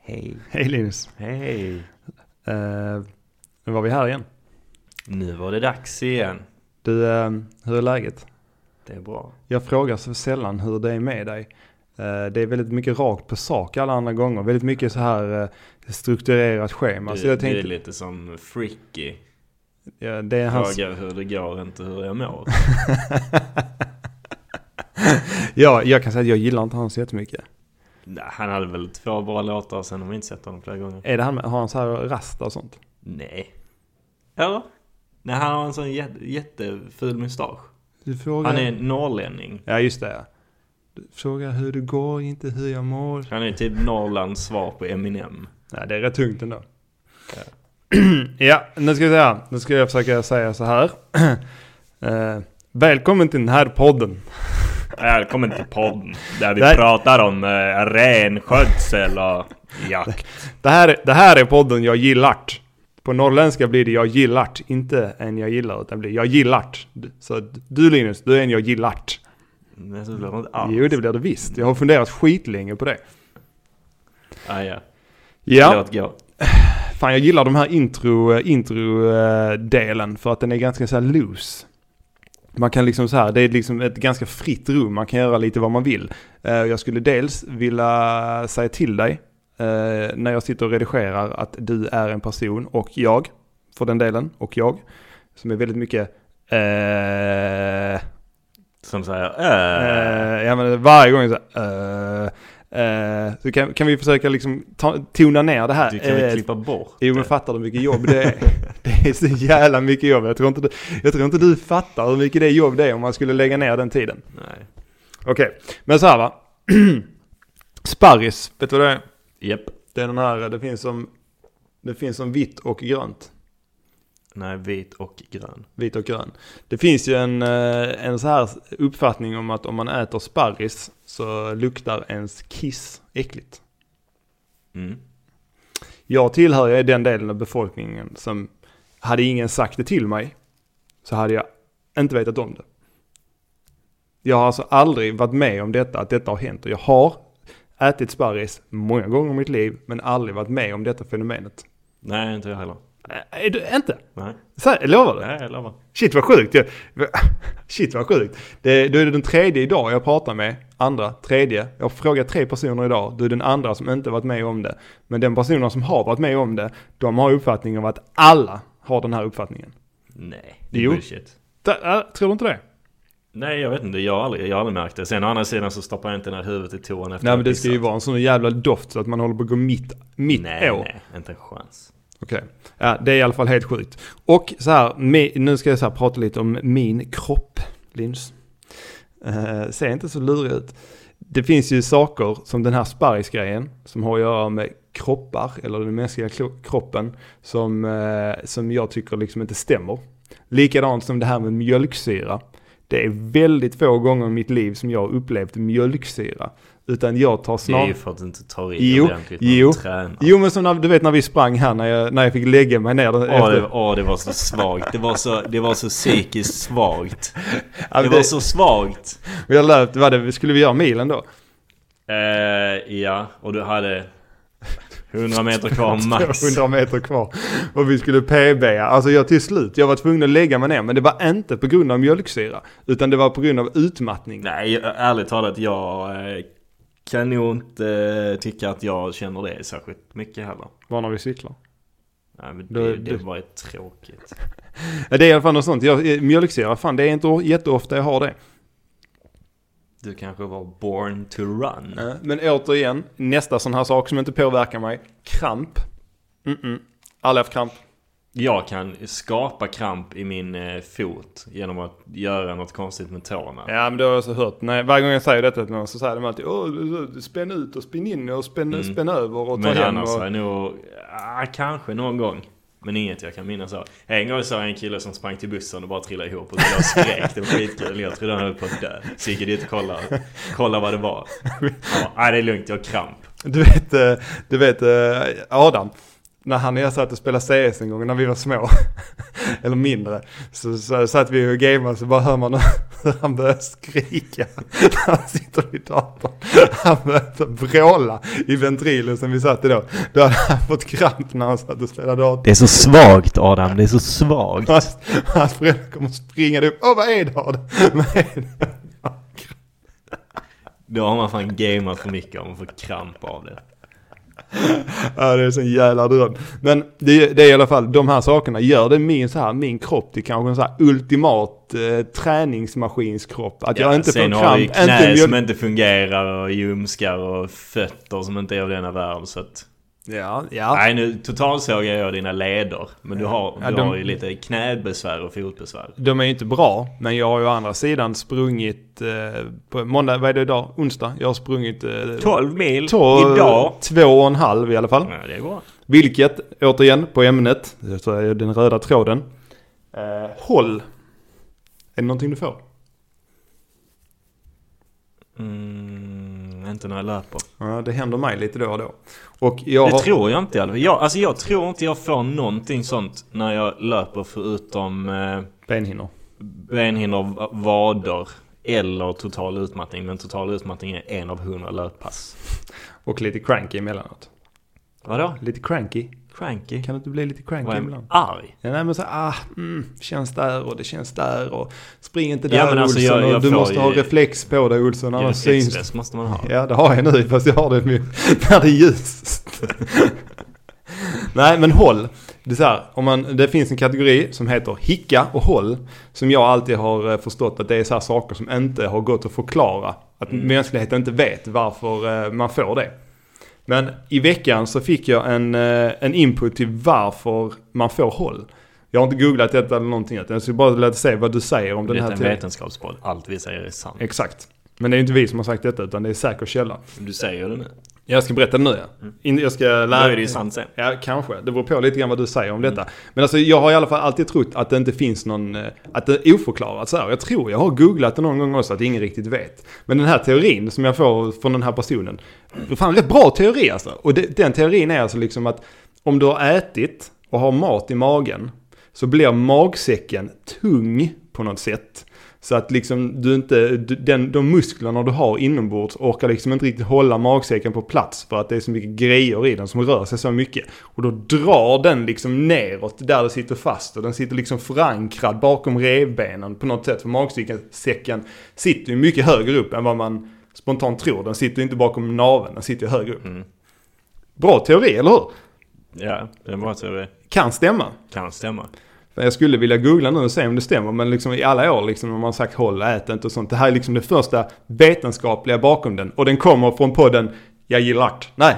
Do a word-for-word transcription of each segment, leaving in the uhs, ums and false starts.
Hej. Hej Linus. Hej. Uh, nu var vi här igen. Nu var det dags igen. Du, uh, hur är läget? Det är bra. Jag frågar så sällan hur det är med dig. Uh, det är väldigt mycket rakt på sak alla andra gånger. Väldigt mycket så här uh, strukturerat schema. Du, så jag du tänkte, är lite som Fricky. Ja, det är hans... Frågar hur det går, inte hur jag mår. Ja, jag kan säga att jag gillar inte honom så jättemycket. Nej, han hade väl två bra låtar sen, om vi inte sett honom flera gånger. Är det han med, har han så här rasta och sånt? Nej. Eller? Nej, han har en sån jätte, jätteful mustasch. Du frågar... Han är norrlänning. Ja, just det. Du frågar hur det går, inte hur jag mår. Han är typ Norrlands svar på Eminem. Nej, det är rätt tungt ändå. Ja, ja nu ska vi säga. Nu ska jag försöka säga så här. uh, välkommen till den här podden. Välkommen till podden där vi Där... pratar om uh, renskötsel och jakt. Det här, det här är podden jag gillart. På norrländska blir det jag gillart. Inte en jag gillar, utan blir jag gillart. Så du Linus, du är en jag gillart. Men så blir det inte alls. Jo, det blir det visst. Jag har funderat skitlänge på det. Ah, ja. Ja. Låt gå. Fan, jag gillar de här intro, intro-delen för att den är ganska så här loose. Man kan liksom så här, det är liksom ett ganska fritt rum. Man kan göra lite vad man vill. Jag skulle dels vilja säga till dig när jag sitter och redigerar att du är en person och jag, för den delen, och jag, som är väldigt mycket eh, som säger äh. eh, ja, men varje gång så eh, eh, så kan, kan vi försöka liksom ta, tona ner det här. Du kan väl eh, klippa bort Jo, men fattar du hur mycket jobb det är? Det är så jävla mycket jobb. Jag tror inte du, jag tror inte du fattar hur mycket det jobb det är om man skulle lägga ner den tiden. Nej. Okej, okay. Men så här va. Sparris, vet du vad det är? Japp. Det är den här, det finns som det finns som vitt och grönt. Nej, vit och grön. Vit och grön. Det finns ju en, en så här uppfattning om att om man äter sparris så luktar ens kiss äckligt. Mm. Jag tillhör ju den delen av befolkningen som hade ingen sagt det till mig så hade jag inte vetat om det. Jag har alltså aldrig varit med om detta, att detta har hänt. Och jag har ätit sparris många gånger i mitt liv men aldrig varit med om detta fenomenet. Nej, inte jag heller. Är du inte? Nej. Så här, lovar du? Nej, jag lovar. Shit vad sjukt. Jag, shit vad sjukt. Det, du är den tredje idag jag pratar med. Andra, tredje. Jag har frågat tre personer idag. Du är den andra som inte varit med om det. Men den personerna som har varit med om det, de har uppfattningen om att alla har den här uppfattningen. Nej, det är jo. bullshit. Da, äh, tror du inte det? Nej, jag vet inte. Jag har aldrig, jag har aldrig märkt det. Sen å andra sidan så stoppar jag inte ner huvudet i toan efter. Nej, men det ska ju vara en sån jävla doft så att man håller på att gå mitt, mitt nej, år. Nej, inte en chans. Okej. Okay. Ja, det är i alla fall helt sjukt. Och så här, med, nu ska jag så här prata lite om min kropp, Linus. Uh, ser inte så lurig ut. Det finns ju saker som den här sparrisgrejen som har att göra med kroppar eller den mänskliga kroppen som, uh, som jag tycker liksom inte stämmer. Likadant som det här med mjölksyra. Det är väldigt få gånger i mitt liv som jag har upplevt mjölksyra. Utan jag tar snart... Det är ju för att du inte tar i jo, ordentligt jo, när du tränar. Jo, men som när, du vet när vi sprang här när jag, när jag fick lägga mig ner. Åh, efter... det, åh, det var så svagt. Det var så, det var så psykiskt svagt. Ja, det, det var så svagt. Vi har löpt, vad det, skulle vi göra milen då? Eh, ja, och du hade hundra meter kvar max. hundra meter kvar. Och vi skulle P B. Alltså jag till slut, jag var tvungen att lägga mig ner. Men det var inte på grund av mjölksyra. Utan det var på grund av utmattning. Nej, ärligt talat, jag eh, kan nog inte eh, tycka att jag känner det särskilt mycket heller. Var när vi cyklar. Nej, men Då, det, det du... var ju tråkigt. Ja, det är i alla fall något sånt. Jag, mjölksyra, fan det är inte jätteofta jag har det. Du kanske var born to run. Ja, men återigen, nästa sån här sak som inte påverkar mig. Kramp. Mm-mm. Aldrig haft kramp. Jag kan skapa kramp i min eh, fot genom att göra något konstigt med tårna. Ja, men det har jag så hört. Nej, varje gång jag säger detta till någon så säger de alltid åh, spänn ut och spänn in och spänn, mm. spänn över och ta men hem. annars och... är nog, ah, kanske någon gång. Men inget jag kan minnas av. En gång så var en kille som sprang till bussen och bara trillade ihop och jag skrek. Det var skitkul. Jag trodde han höll på att dö. Så gick jag dit och kolla, kolla vad det var. Ja, nej, det är lugnt, jag har kramp. Du vet, du vet Adam, när han och jag satt och spelade C S en gång när vi var små eller mindre, så, så satt vi och gameade så bara hör man Han börjar skrika när han sitter vid datorn. Han börjar bråla i ventrilen som vi satt idag. Då hade han fått kramp när han satt och spelade dator. Det är så svagt, Adam. Det är så svagt. Hans, hans föräldrar kommer springa upp. Åh, vad är det? Vad är det? Då har man fan gameat för mycket om man får kramp av det. Ja, det är så en jävla dröm. Men det, det är i alla fall, de här sakerna gör det min, så här, min kropp till kanske en så här ultimat eh, träningsmaskinskropp. Att ja, jag inte får sen kramp. har vi knä inte som inte fungerar och ljumskar och fötter som inte är av denna värld. Så att... Ja, ja. Nej, nu totalsågar jag dina leder. Men du har, ja, du de, har ju lite knäbesvär och fotbesvär. De är ju inte bra. Men jag har ju å andra sidan sprungit eh, på måndag, vad är det idag? Onsdag. Jag har sprungit eh, tolv mil tolv, idag. Två och en halv i alla fall. Ja, det är bra. Vilket, återigen på ämnet, så är den röda tråden. Eh, håll. Är det någonting du får? Mm, inte när jag löper. Ja, det händer mig lite då och då. Och jag det har... tror jag inte i alla fall. Jag, alltså jag tror inte jag får någonting sånt när jag löper förutom eh, benhinnor. Benhinnor, vader eller total utmattning. Men total utmattning är en av hundra löppass. Och lite cranky emellanåt. Vadå? Lite cranky. Cranky? Kan du inte bli lite cranky ibland? Arg? Ja, nej, men så ah, mm, känns där och det känns där och spring inte där, ja, men alltså, Olsson, jag, jag och du måste ju... ha reflex på dig, Olsson. Ja, reflexväst måste man ha. Ja, det har jag nu, fast jag har det nu när det är ljust. Nej, men håll. Det, är så här, om man, det finns en kategori som heter hicka och håll, som jag alltid har förstått att det är så här saker som inte har gått att förklara. Att mm. mänskligheten inte vet varför man får det. Men i veckan så fick jag en, en input till varför man får håll. Jag har inte googlat detta eller någonting. Jag ska bara lära se vad du säger om den här. Det är en vetenskapspodd. Allt vi säger är sant. Exakt. Men det är inte vi som har sagt detta, utan det är säker källa. Du säger det nu. Jag ska berätta det nu, ja. Mm. Jag ska lära... Då är det ju sant sen. Ja, kanske. Det beror på lite grann vad du säger om mm. detta. Men alltså, jag har i alla fall alltid trott att det inte finns någon... Att det är oförklarat så här. Jag tror, jag har googlat det någon gång också, att ingen riktigt vet. Men den här teorin som jag får från den här personen, det är fan rätt bra teori alltså. Och det, den teorin är alltså liksom att om du har ätit och har mat i magen, så blir magsäcken tung på något sätt. Så att liksom du inte, den, de musklerna du har inombords orkar liksom inte riktigt hålla magsäcken på plats, för att det är så mycket grejer i den som rör sig så mycket. Och då drar den liksom neråt där det sitter fast, och den sitter liksom förankrad bakom revbenen på något sätt. För magsäcken sitter ju mycket högre upp än vad man spontant tror. Den sitter inte bakom naveln, den sitter högre upp. Mm. Bra teori, eller hur? Ja, det är en bra teori. Kan stämma. Kan stämma. Jag skulle vilja googla nu och se om det stämmer, men liksom i alla år liksom, om man sagt håll, ät inte och sånt. Det här är liksom det första vetenskapliga bakom den. Och den kommer från podden Jag gillar art. Nej.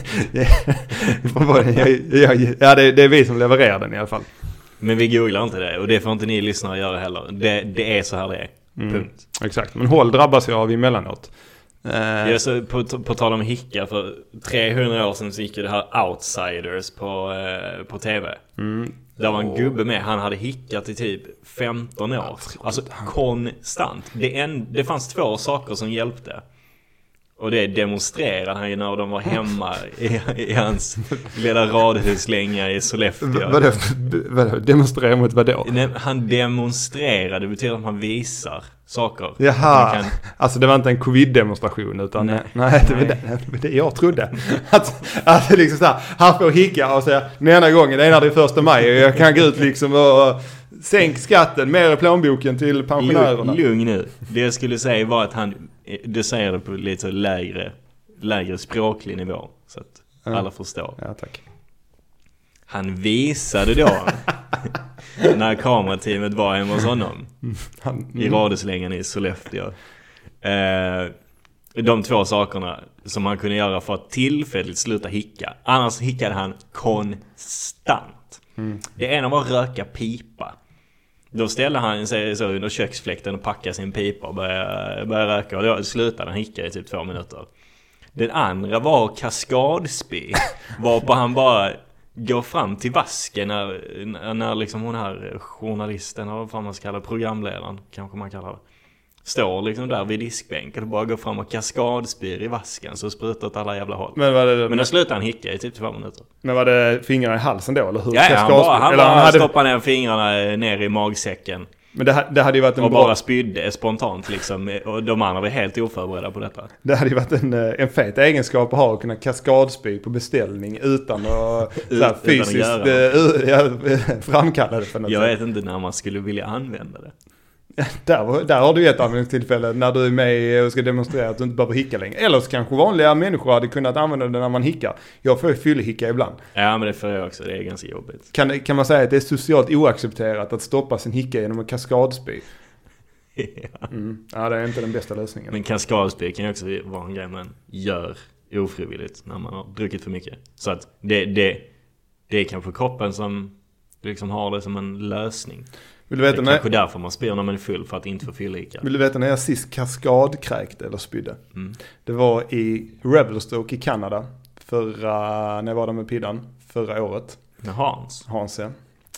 ja, det, det är vi som levererar den i alla fall. Men vi googlar inte det, och det får inte ni lyssnare göra heller. Det, det är så här det är. Mm. Punkt. Exakt, men håll drabbas jag av emellanåt. Uh, ja, så på, på tal om hicka, för trehundra år sedan så gick det här Outsiders på, uh, på tv. Mm. Där var en gubbe med, han hade hickat i typ femton år. Alltså konstant. Det, en, det fanns två saker som hjälpte. Och det demonstrerade han ju när de var hemma i, i hans lilla radhuslänga i Sollefteå. Vadå? Vadå? Demonstrera mot vadå? Nej, han demonstrerade, det betyder att man visar saker. Jaha, kan... alltså det var inte en covid-demonstration utan nej, nej det var det, det, det jag trodde. Att, att det liksom så här, han får hicka och säga, den ena gången, det är när det är första maj och jag kan gå ut liksom och sänk skatten, mer i plånboken till pensionärerna. Lugn nu. Det jag skulle säga var att han, du säger det på lite så lägre, lägre språklig nivå, så att ja. Alla förstår. Ja, tack. Han visade då när kamerateamet var hemma hos honom han, mm. i radhuslängan i Sollefteå. Eh, de två sakerna som han kunde göra för att tillfälligt sluta hicka. Annars hickade han konstant. Mm. Det ena var att röka pipa. Då ställde han sig så under köksfläkten och packade sin pipa och började, började röka. Och då slutade han hicka i typ två minuter. Den andra var kaskadspy. Varpå han bara går fram till vasken när, när liksom hon här journalisten, eller vad man ska kalla programledaren, kanske man kallar det, står liksom där vid diskbänken och bara går fram och kaskadspyr i vasken så sprutar åt alla jävla håll. Men, var det, men då slutar han hicka i typ två minuter. Men var det fingrar i halsen då? Eller hur? Ja, ja han bara, han bara han hade... stoppade ner fingrarna ner i magsäcken. Men det, det hade ju varit en och bra... bara spydde spontant liksom. Och de andra var helt oförberedda på detta. Det hade ju varit en, en fet egenskap att ha, att kunna kaskadspy på beställning utan att så här, fysiskt att uh, ja, framkalla det för något Jag sätt. vet inte när man skulle vilja använda det. Där, där har du ett användningstillfälle när du är med och ska demonstrera att du inte behöver hicka längre. Eller så kanske vanliga människor hade kunnat använda det när man hickar. Jag får ju fyllehicka ibland. Ja, men det får jag också. Det är ganska jobbigt. Kan, kan man säga att det är socialt oaccepterat att stoppa sin hicka genom att kaskadspy? Ja. Mm. Ja, det är inte den bästa lösningen. Men kaskadspy kan ju också vara en grej man gör ofrivilligt när man har druckit för mycket. Så att det, det, det är kanske kroppen som liksom har det som en lösning. Vill du veta det är när... kanske därför man spyr när man är full, för att inte få fyllehicka. Vill du veta när jag sist kaskadkräkte eller spydde? Mm. Det var i Revelstoke i Kanada. Förra, när jag var där med Piddan. Förra året. Med Hans? Hans, ja.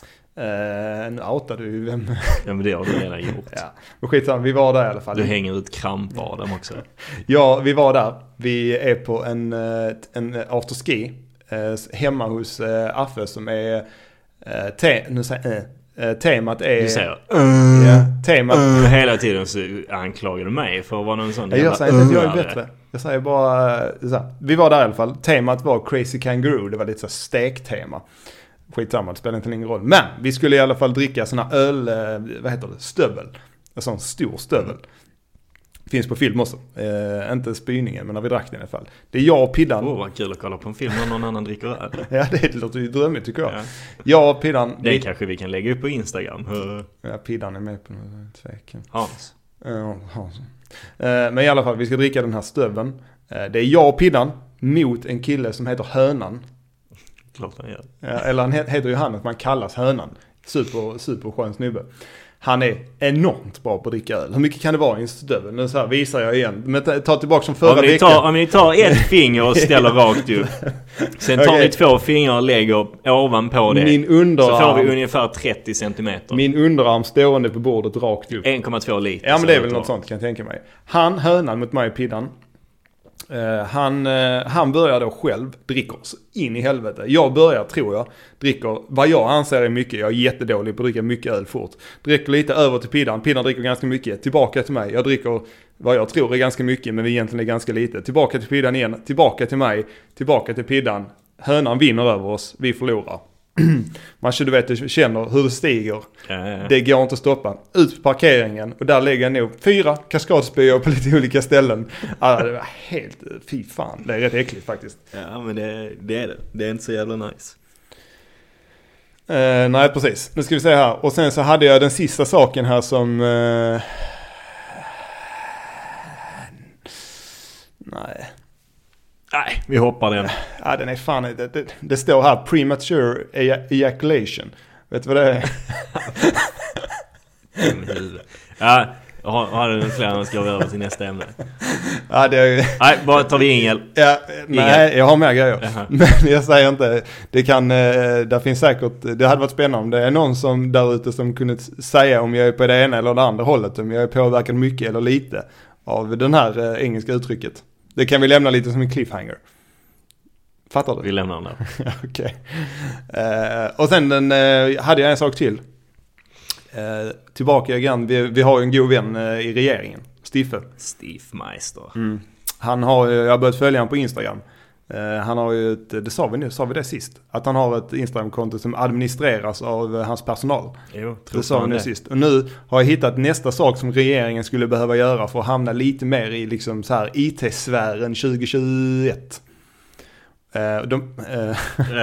Eh, nu outade du vem... Ja, men det har du redan gjort. Ja, men skitsamma, vi var där i alla fall. Du hänger ut krampar dem också. Ja, vi var där. Vi är på en, en afterski eh, hemma hos eh, Affe som är eh, te, nu säger eh, eh, temat är... Du säger uh, ja, temat, uh, hela tiden så anklagar du mig för att vara någon sån. Jag, jag säger inte att jag är bättre. Jag säger bara så här. Vi var där i alla fall. Temat var Crazy Kangaroo. Det var lite så stektema. Skitsamma, det spelar inte någon roll. Men vi skulle i alla fall dricka såna öl, vad heter det, stövel. En sån stor stövel. Finns på film också. Eh, inte spyningen, men när vi drack den i alla fall. Det är jag och Piddan. Åh, oh, vad kul att kolla på en film när någon annan dricker öl. Ja, det låter ju drömmigt tycker jag. Ja. Jag och Piddan. Det vi... kanske vi kan lägga upp på Instagram. Ja, Piddan är med på något tvekan. Hans. Ja, Hans. Eh, men i alla fall, vi ska dricka den här stöveln. Eh, det är jag och Piddan mot en kille som heter Hönan. Klart han gör. Ja, eller han heter ju han att man kallas Hönan. Super, super skön snubbe. Han är enormt bra på att dricka öl. Hur mycket kan det vara i en stövel? Nu så här visar jag igen. Men ta tillbaka som förra om veckan. Tar, om ni tar ett finger och ställer rakt upp. Sen tar okay. ni två fingrar och lägger ovanpå det. Min underarm, så får vi ungefär trettio centimeter. Min underarm stående på bordet rakt upp. en komma två liter. Ja, men det är väl något sånt kan jag tänka mig. Han, Hönan mot mig och Piddan. Uh, han, uh, han börjar då själv dricker oss in i helvete. Jag börjar, tror jag, dricker vad jag anser är mycket. Jag är jättedålig på att dricka mycket öl fort. Dricker lite över till Piddan. Piddan dricker ganska mycket. Tillbaka till mig. Jag dricker vad jag tror är ganska mycket, men vi egentligen är ganska lite. Tillbaka till Piddan igen. Tillbaka till mig. Tillbaka till Piddan. Hönan vinner över oss. Vi förlorar. Man du vet, känner hur det stiger. Ja, ja. Det går inte att stoppa. Ut på parkeringen och där lägger jag nog fyra kaskadspyor på lite olika ställen. Alltså, det var helt, fy fan. Det är rätt äckligt faktiskt. Ja, men det, det är det. Det är inte så jävla nice. Uh, nej, precis. Nu ska vi se här. Och sen så hade jag den sista saken här som... Uh... Nej... Nej, vi hoppar den. Ja, den är fan... Det, det, det står här premature ejaculation. Vet du vad det är? Ja, har, har du fler än ska vi över till nästa ämne? Ja, det är... Nej, bara tar vi ingel. Ja, nej, jag har mer grejer. Jaha. Men jag säger inte... Det kan... Det finns säkert... Det hade varit spännande om det är någon som där ute som kunde säga om jag är på det ena eller det andra hållet. Om jag är påverkad mycket eller lite av den här engelska uttrycket. Det kan vi lämna lite som en cliffhanger. Fattar du? Vi lämnar den där. Okej. Okay. Uh, och sen den, uh, hade jag en sak till. Uh, tillbaka igen. Vi, vi har ju en god vän uh, i regeringen. Stiffe. Stiffmeister. Mm. Han har, jag har börjat följa honom på Instagram. Uh, han har ju ett, det sa vi nu, sa vi det sist. Att han har ett Instagram-konto som administreras av uh, hans personal. Jo, det sa vi nu sist. Och nu har jag hittat nästa sak som regeringen skulle behöva göra för att hamna lite mer i liksom så här I T-sfären tjugohundratjugoett. Uh, de, uh,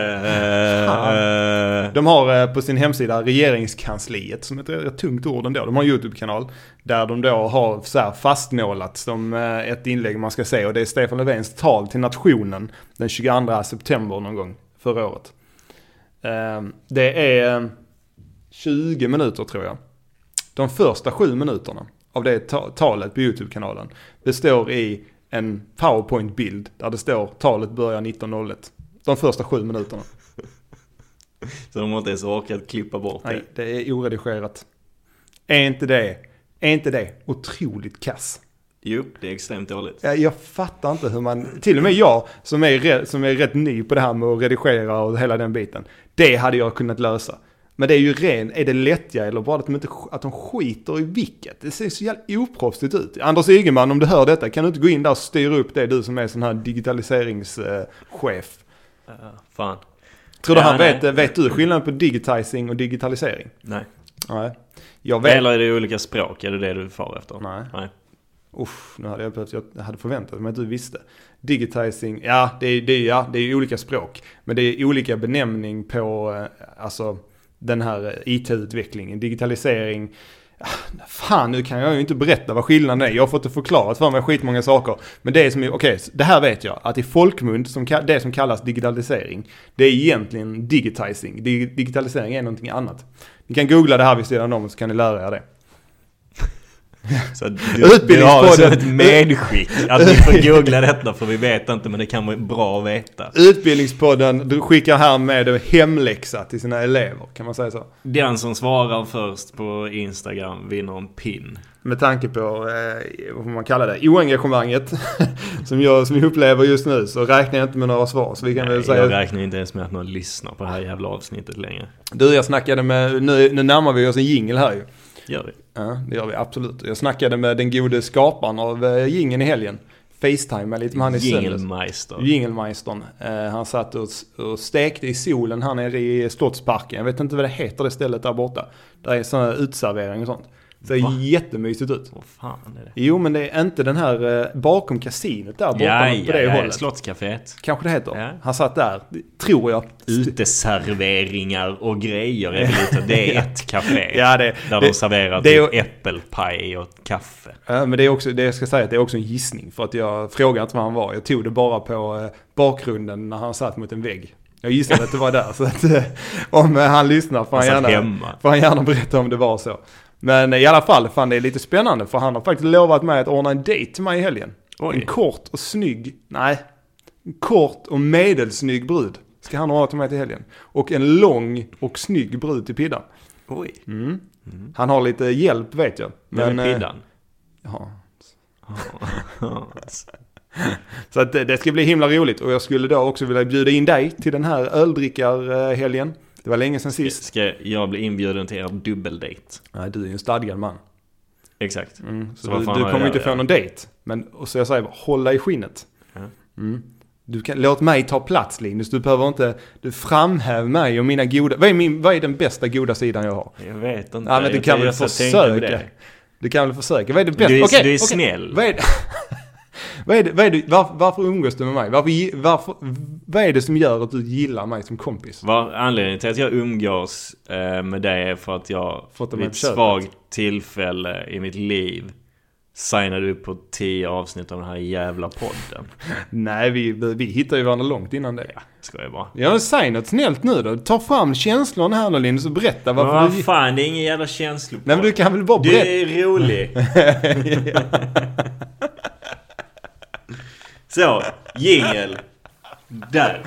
de har uh, på sin hemsida regeringskansliet, som är ett rätt tungt ord ändå. De har en YouTube-kanal där de då har så här fastnålat som uh, ett inlägg man ska se. Och det är Stefan Löfvens tal till nationen den tjugoandra september någon gång förra året. Uh, det är tjugo minuter tror jag. De första sju minuterna av det ta- talet på YouTube-kanalen består i en PowerPoint-bild där det står talet börjar nitton noll ett. De första sju minuterna. Så de har inte ens orkat klippa bort det? Nej, det är oredigerat. Är inte det, är inte det otroligt kass? Jo, det är extremt dåligt. Jag, jag fattar inte hur man... Till och med jag som är, rätt, som är rätt ny på det här med att redigera och hela den biten. Det hade jag kunnat lösa. Men det är ju ren, är det lättja eller bara att de, inte, att de skiter i vilket? Det ser så jävla oproffsigt ut. Anders Ygeman, om du hör detta, kan du inte gå in där och styra upp det, du som är sån här digitaliseringschef? Uh, fan. Tror du ja, han nej. vet, vet du skillnaden på digitizing och digitalisering? Nej. Nej. Jag vet. Eller är det olika språk? Är det det du far efter? Nej. Nej. Uff, nu hade jag, jag hade förväntat mig att du visste. Digitizing, ja det är, det är, ja, det är olika språk. Men det är olika benämning på alltså, den här I T-utvecklingen. Digitalisering, fan nu kan jag ju inte berätta vad skillnaden är. Jag har fått det förklarat för mig skitmånga saker. Men det är som, okej, okay, det här vet jag. Att i folkmund, som, det som kallas digitalisering, det är egentligen digitizing. Digitalisering är någonting annat. Ni kan googla det här vid sidan om så kan ni lära er det. Så du, du har så ett medskick att vi får googla detta för vi vet inte, men det kan vara bra att veta. Utbildningspodden, du skickar här med hemläxa till sina elever, kan man säga så? Den som svarar först på Instagram vinner en pin. Med tanke på, eh, vad man kallar det, oengagemanget som jag, som jag upplever just nu, så räknar jag inte med några svar. Så vi kan Nej, väl säga, jag räknar inte ens med att någon lyssnar på det här jävla avsnittet längre. Du, jag snackade med, nu, nu närmar vi oss en jingle här ju. Gör vi? Ja, det gör vi absolut. Jag snackade med den gode skaparen av uh, jingeln i helgen. FaceTime lite med han i söndags. Jingelmeister. Jingelmeistern. Uh, han satt och, och stekte i solen här nere i Slottsparken. Jag vet inte vad det heter det stället där borta. Där är sån här utservering och sånt. Så det är jättemysigt ut. Vad fan är det? Jo, men det är inte den här uh, bakom kasinot där borta ja, på ja, det ja, hållet. Slottscaféet. Kanske det heter. Ja. Han satt där, tror jag. Uteserveringar och grejer är lite. Det är ett café. Ja, det, där det, de serverar det, typ äppelpaj och kaffe. Ja, men det är också, det jag ska säga att det är också en gissning. För att jag frågade inte vad han var. Jag tog det bara på eh, bakgrunden när han satt mot en vägg. Jag gissade att det var där. Så att eh, om eh, han lyssnar får han, gärna, får han gärna berätta om det var så. Men i alla fall, fan det är lite spännande. För han har faktiskt lovat mig att ordna en dejt till mig i helgen. Oj. En kort och snygg, nej, en kort och medelsnygg brud ska han ordna till mig till helgen. Och en lång och snygg brud till Piddan. Oj. Mm. Mm. Han har lite hjälp, vet jag. Men med Piddan? Ja. Så att det, det ska bli himla roligt. Och jag skulle då också vilja bjuda in dig till den här öldrickarhelgen. Det var länge sedan sist. Ska jag bli inbjuden till er dubbeldate? Nej, du är ju en stadgad man. Exakt. Mm, så så du, du kommer inte få någon dejt. Men, och så jag säger bara, hålla i skinnet. Mm. Du kan, låt mig ta plats, Linus. Du behöver inte, du framhäv mig och mina goda, vad är, min, vad är den bästa goda sidan jag har? Jag vet inte. Ja, men du kan väl försöka. Du kan väl försöka. Vad är det bästa? Du är, okay, du är okay. snäll. Vad är det? Vad är det, vad är det, var, varför umgås du med mig? Varför, varför, vad är det som gör att du gillar mig som kompis? Var anledningen till att jag umgås eh, med dig är för att jag vid ett svagt tillfälle i mitt liv signade upp på tio avsnitt av den här jävla podden. Nej, vi, vi hittar ju varandra långt innan det. Ja, ska jag bara. Ja, säg något snällt nu då. Ta fram känslorna här nu, Linus, och berätta varför men vad du... fan, det är ingen jävla känslor. Nej, men du kan väl bara berätta. Du är rolig. Så, jingel. Där.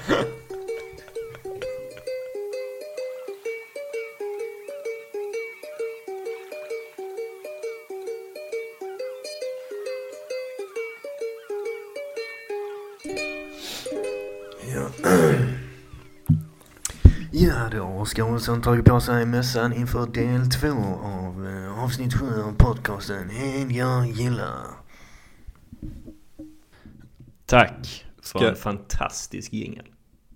Ja, då har Oskar Olsson tagit på sig mössan inför del två av eh, avsnitt sju av podcasten En jag gillar. Tack för Ska... en fantastisk jingel.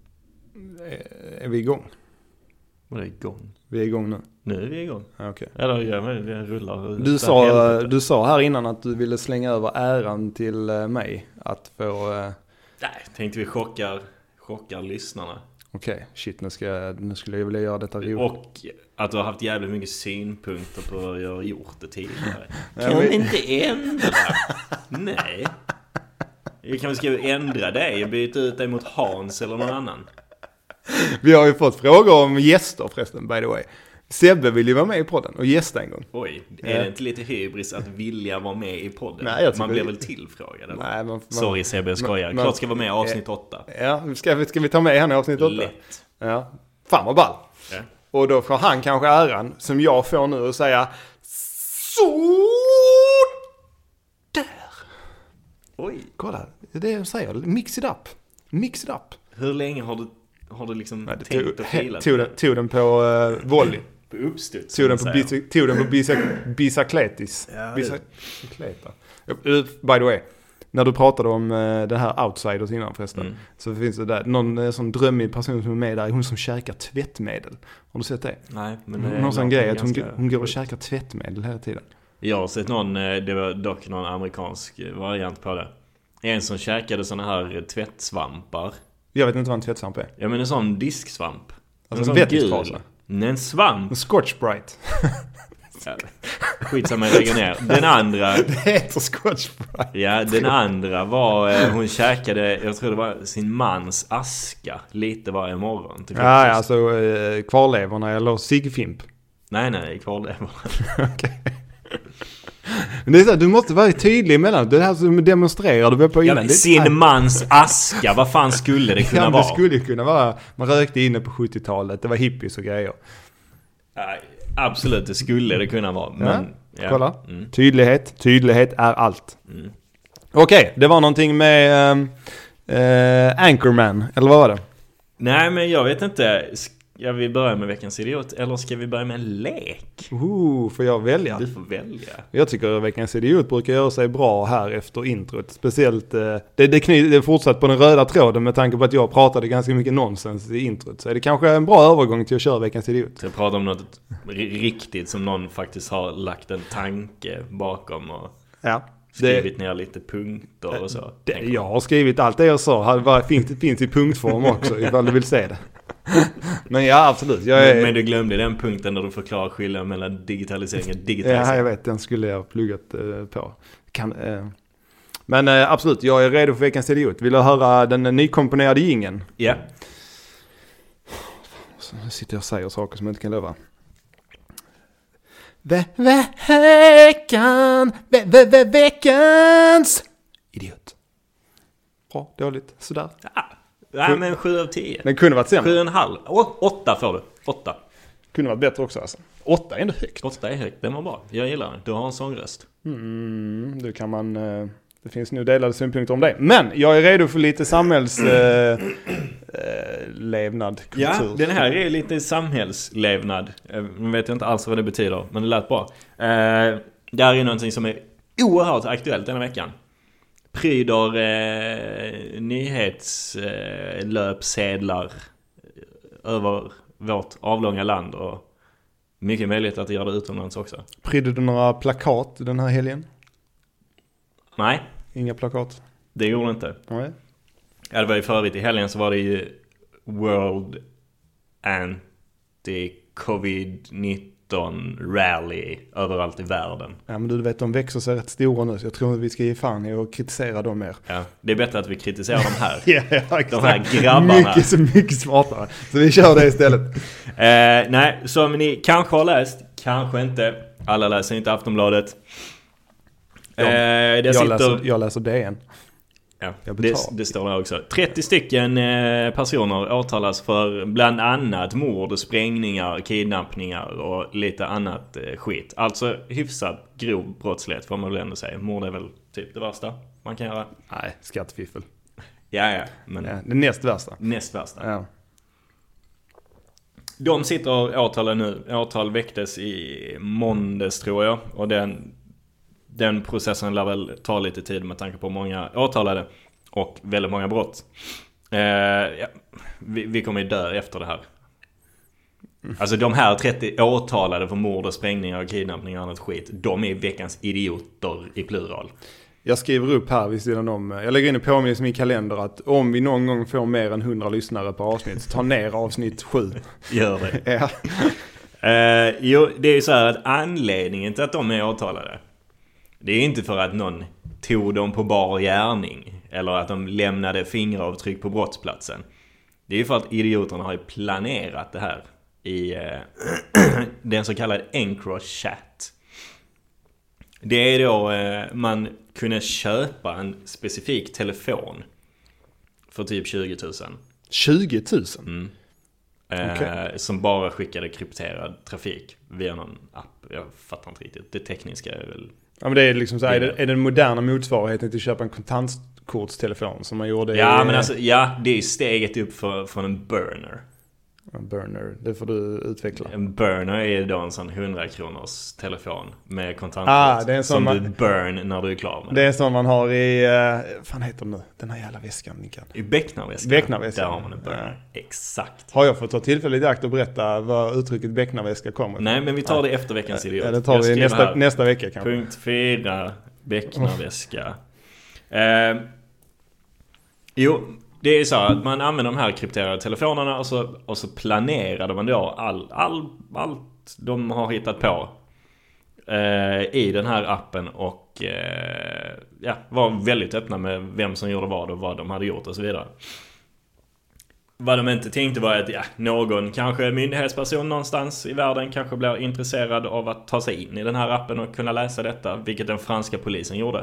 Är vi igång? Vad är igång? Vi är igång nu. Nu är vi igång. Ja, okej. Okay. Eller ja, men det rullar. Du sa, du sa här innan att du ville slänga över äran till mig att få... Uh... Nej, tänkte vi chockar, chockar lyssnarna. Okej, okay. Shit, nu, ska jag, nu skulle jag vilja göra detta roligt. Och att du har haft jävligt mycket synpunkter på hur jag har gjort det tidigare. Ja, kan men... inte ändra? Nej. Jag kan väl skriva ändra dig och byta ut dig mot Hans eller någon annan. Vi har ju fått frågor om gäster förresten, by the way. Sebbe vill ju vara med i podden och gästa en gång. Oj, är det inte lite hybris att vilja vara med i podden? Nej, jag man blir det... väl tillfrågad? Eller? Nej, man, man... Sorry Sebbe, jag skojar. Man... Klart ska vara med i avsnitt åtta. Ja, ska vi, ska vi ta med henne i avsnitt åtta? Lätt. Ja, fan vad ball. Ja. Och då får han kanske äran, som jag får nu, att säga så där. Oj. Kolla, det är det jag säger. Mix it up. Mix it up. Hur länge har du, har du liksom Nej, tänkt tog, och filat? Tog den, tog den på uh, volley. på uppstuds. Tog den på, bicy- tog den på bicy- bicykletis. Ja, Bicykleta. By the way, när du pratade om uh, det här outsiders innan förresten, mm. så finns det där någon uh, sån drömmig person som är med där, hon som käkar tvättmedel. Har du sett det? Nej, men det är någon sån grej att hon, ganska... hon går och käkar tvättmedel hela tiden. Jag har sett någon, det var dock någon amerikansk variant på det. En som käkade såna här tvättsvampar. Jag vet inte vad en tvättsvamp är. Ja, men en sån disksvamp. Alltså en, en vettistrasa. En svamp. En Scotch Brite. Ja, skitsamma, jag lägger ner. Den andra... Det heter Scotch Brite. Ja, den andra var... Hon käkade, jag tror det var sin mans aska. Lite varje morgon. Ja, ja, alltså eh, kvarlevorna eller ciggfimp. Nej, nej, kvarlevorna. Okej. Okay. Men det är så här, du måste vara tydlig emellan. Det här som demonstrerar du på innan. Ja, sin här... mans aska, vad fan skulle det kunna ja, vara? Det skulle kunna vara, man rökte inne på sjuttiotalet, det var hippies och grejer. Ja, absolut, det skulle det kunna vara. Men, ja, ja. Kolla, mm. tydlighet, tydlighet är allt. Mm. Okej, okay, det var någonting med äh, Anchorman, eller vad var det? Nej, men jag vet inte. Ja, vi börjar med veckans idiot. Eller ska vi börja med en lek? Uh, får jag välja? Du får välja. Jag tycker att veckans idiot brukar göra sig bra här efter introt. Speciellt, eh, det, det, kny, det är fortsatt på den röda tråden med tanke på att jag pratade ganska mycket nonsens i introt. Så är det kanske en bra övergång till att köra veckans idiot. Så jag pratar om något riktigt som någon faktiskt har lagt en tanke bakom och ja, skrivit det, ner lite punkter och så. Det, jag har skrivit allt det jag sa. Det finns, finns i punktform också ifall du vill se det. Men ja, absolut. Jag är... men, men du glömde den punkten där du förklarar skillnaden mellan digitalisering och digitalisering. Ja, jag vet. Den skulle jag ha pluggat uh, på. Kan, uh... Men uh, absolut, jag är redo för veckans idiot. Vill du höra den nykomponerade jingeln? Ja. Yeah. Så nu sitter jag och säger saker som jag inte kan lova. Ve- veckan! Ve- ve- ve- veckans idiot. Bra, dåligt. Sådär. Ja. Nej, men sju av tio. Den kunde varit sämre. Sju och en halv. Å, åtta får du. Åtta. Kunde varit bättre också alltså. Åtta är ändå högt. Åtta är högt. Den var bra. Jag gillar den. Du har en sångröst. Mm, då kan man... Eh, det finns nu delade synpunkter om det. Men jag är redo för lite samhällslevnad. Eh, eh, ja, den här är lite samhällslevnad. Jag vet inte alls vad det betyder, men det lät bra. Eh, det här är någonting som är oerhört aktuellt denna veckan. Pryder eh, nyhetslöpsedlar eh, över vårt avlånga land och mycket möjligt att det gör det utomlands också. Prydde du några plakat den här helgen? Nej. Inga plakat? Det gjorde inte. Nej. Ja, det var ju förut i helgen så var det ju World Anti-covid nitton rally överallt i världen. Ja, men du vet, de växer sig rätt stora nu så jag tror att vi ska ge fan i och kritisera dem mer. Ja, det är bättre att vi kritiserar de här. ja, ja, exakt. De här grabbarna. Mycket, så mycket smartare. Så vi kör det istället. eh, nej, som ni kanske har läst, kanske inte. Alla läser inte Aftonbladet. Ja, eh, jag, sitter... läser, jag läser D N. Ja, det, det står där också. trettio stycken eh, personer åtalas för bland annat mord, sprängningar, kidnappningar och lite annat eh, skit. Alltså hyfsat grov brottslighet får man väl ändå säga. Mord är väl typ det värsta man kan göra. Nej, skattefiffel. Ja, ja. Men ja, det näst värsta. Näst värsta. Ja. De sitter och åtalar nu. Åtal väcktes i måndags tror jag. Och den... Den processen lär väl ta lite tid med tanke på många åtalade och väldigt många brott. Eh, ja, vi, vi kommer ju dö efter det här. Alltså de här trettio åtalade för mord och sprängningar och kidnappningar och annat skit, de är veckans idioter i plural. Jag skriver upp här vid sidan om, jag lägger in en påminnelse i min kalender att om vi någon gång får mer än hundra lyssnare på avsnitt, så ta ner avsnitt sju. Gör det. Ja. Eh, jo, det är ju så här att anledningen till att de är åtalade, det är inte för att någon tog dem på bar gärning eller att de lämnade fingeravtryck på brottsplatsen. Det är ju för att idioterna har planerat det här i eh, den så kallade Encrochat. Det är då eh, man kunde köpa en specifik telefon för typ tjugo tusen. tjugo tusen? Mm. Eh, okay. Som bara skickade krypterad trafik via någon app. Jag fattar inte riktigt. Det tekniska är väl... Ja, men det är liksom så här, är det, är den moderna motsvarigheten till att köpa en kontantkortstelefon som man gjorde ja, i... men alltså, ja, det är steget upp för, från en burner. En burner, det får du utveckla. En burner är då en sån hundra kronors telefon med kontantkort ah, det är en sån som man, du burn när du är klar med. Det är en sån man har i, uh, fan heter det nu? Den här jävla väskan, Mikael. I becknarväskan. Becknarväskan. Där har man en burner. Ja. Exakt. Har jag fått ta tillfället i akt och berätta vad uttrycket becknarväska kommer? Nej, men vi tar det efter veckans idiot. Ja, det tar vi nästa, nästa vecka kanske. Punkt fyra, becknarväska. Uh, jo, det är så att man använder de här krypterade telefonerna och så, och så planerade man då all, all, allt de har hittat på eh, i den här appen och eh, ja, var väldigt öppna med vem som gjorde vad och vad de hade gjort och så vidare. Vad de inte tänkte var att ja, någon kanske myndighetsperson någonstans i världen kanske blir intresserad av att ta sig in i den här appen och kunna läsa detta, vilket den franska polisen gjorde.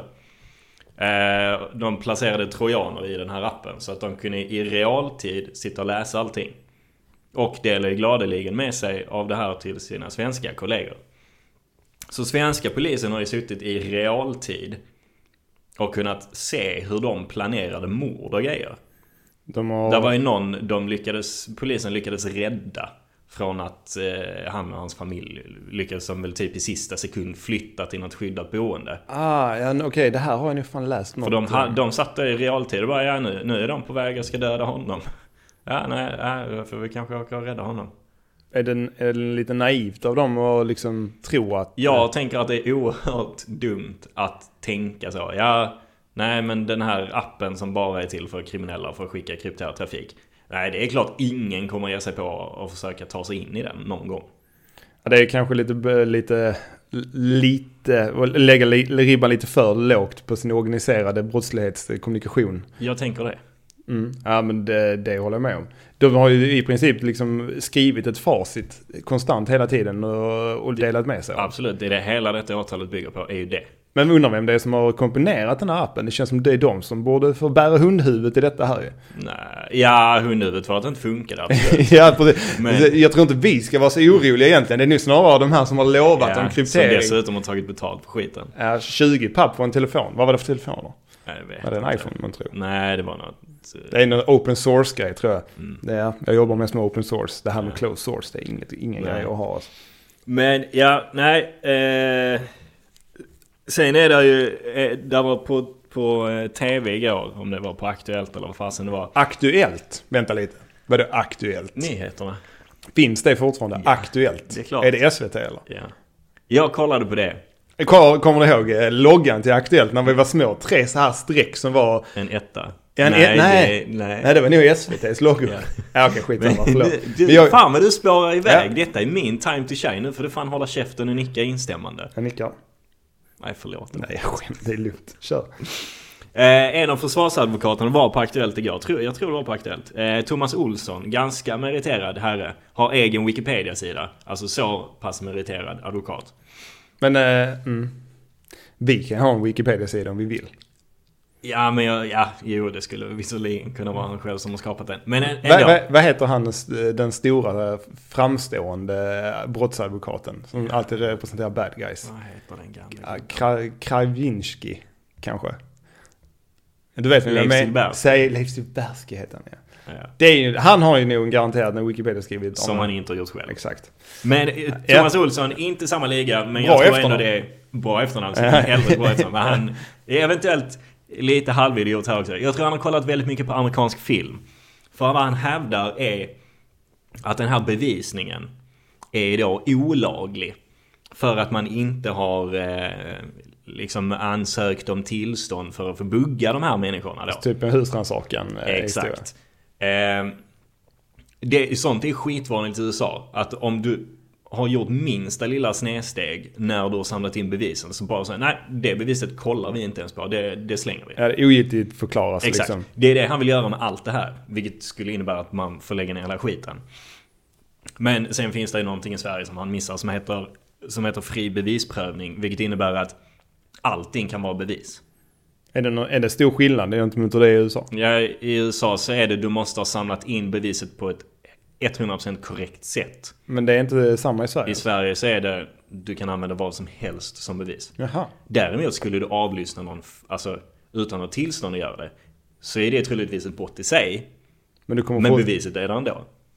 De placerade trojaner i den här appen så att de kunde i realtid sitta och läsa allting. Och delade gladeligen med sig av det här till sina svenska kollegor. Så svenska polisen har ju suttit i realtid och kunnat se hur de planerade mord och grejer. De har... Där var ju någon de lyckades, polisen lyckades rädda från att eh, han och hans familj lyckades som väl typ i sista sekund flytta till något skyddat boende. Ah, ja, okej, okay, det här har jag nu fan läst något. För de, ha, de satt där i realtid och bara, ja nu, nu är de på väg, jag ska döda honom. Ja, nej, nej för vi kanske åker och rädda honom. Är det, är det lite naivt av dem att liksom tro att... Jag tänker att det är oerhört dumt att tänka så. Ja, nej men den här appen som bara är till för kriminella för att skicka krypterad trafik. Nej, det är klart ingen kommer ge sig på att försöka ta sig in i den någon gång. Ja, det är kanske lite, lite, lite lägga ribban lite för lågt på sin organiserade brottslighetskommunikation. Jag tänker det. Mm. Ja, men det, det håller jag med om. De har ju i princip liksom skrivit ett facit konstant hela tiden och, och delat med sig. Absolut, det är det hela detta åtalet bygger på, är ju det. Men undrar vem det är som har komponerat den här appen. Det känns som det är de som borde få bära hundhuvudet i detta här. Nej, ja, hundhuvudet för att det inte funkar. Ja, men... Jag tror inte vi ska vara så oroliga egentligen. Det är nu snarare de här som har lovat ja, om kryptering. Som dessutom har tagit betalt för skiten. Ja, tjugo papp på en telefon. Vad var det för telefoner? Nej, jag vet var det en inte. iPhone man tror? Nej, det var något... Det är en open source-grej tror jag. Mm. Det är, jag jobbar mest med open source. Det här med ja. closed source, det är inget, ingen nej. grej att ha. Alltså. Men ja, nej... Eh... Sen är det ju, där var på, på tv igår, om det var på Aktuellt eller vad fasen det var. Aktuellt? Vänta lite. Vad är det Aktuellt? Nyheterna. Finns det fortfarande? Ja, Aktuellt? Det är klart. Är det S V T eller? Ja. Jag kollade på det. Kommer du ihåg loggan till Aktuellt när vi var små? Tre så här streck som var... En etta. Ja, nej, ett, nej. Det, nej. nej, det var nog S V T:s logo. Ja, ja okej, skit samma, förlåt. Du, jag... Fan vad du spårar iväg. Ja. Detta är min time to shine nu, för du fan hålla käften och nicka instämmande. Jag nickar. Nej, förlåt. Nej, jag skämt, det är lugnt. Kör. Eh, en av försvarsadvokaterna var på Aktuellt igår. Jag tror, jag tror det var på Aktuellt. Eh, Thomas Olsson, ganska meriterad herre, har egen Wikipedia-sida. Alltså så pass meriterad advokat. Men eh, mm. vi kan ha en Wikipedia-sida om vi vill. Ja, men jag, ja, jo, det skulle visserligen kunna vara han själv som har skapat den. Men ändå. Vad va, va heter han, den stora framstående brottsadvokaten som ja. alltid representerar bad guys? Vad heter den gamla? Kra, Kravinski, kanske. Du vet Leif Silbersky. Säg Leif Silbersky heter han, ja. Ja. Det är ju, han har ju nog garanterat när Wikipedia skrivit som han inte har gjort själv. Exakt. Men Thomas ja. Olsson, inte samma liga, men jag bra tror ändå det är bra efternamn. Hellre bra efternamn. Men han är eventuellt lite halvidiot här också. Jag tror han har kollat väldigt mycket på amerikansk film. För vad han hävdar är att den här bevisningen är då olaglig. För att man inte har eh, liksom ansökt om tillstånd för att få bugga de här människorna då. Typ en husrannsakan. Eh, Exakt. Eh, det, sånt är skitvanligt i U S A. Att om du har gjort minsta lilla snedsteg när du har samlat in bevisen, så bara säga nej, det beviset kollar vi inte ens på, det, det slänger vi. Ja, det är ogiltigt förklaras. Exakt. Liksom. Det är det han vill göra med allt det här, vilket skulle innebära att man får lägga ner hela skiten. Men sen finns det ju någonting i Sverige som han missar som heter, som heter fri bevisprövning, vilket innebär att allting kan vara bevis. Är det, någon, är det stor skillnad? Det är inte mycket det i U S A. Ja, i U S A så är det du måste ha samlat in beviset på ett hundra procent korrekt sätt. Men det är inte samma i Sverige? I Sverige så är det du kan använda vad som helst som bevis. Jaha. Däremot skulle du avlyssna någon, alltså utan att tillstånd att göra det, så är det troligtvis ett brott i sig. Men, du kommer men få... beviset är det ändå.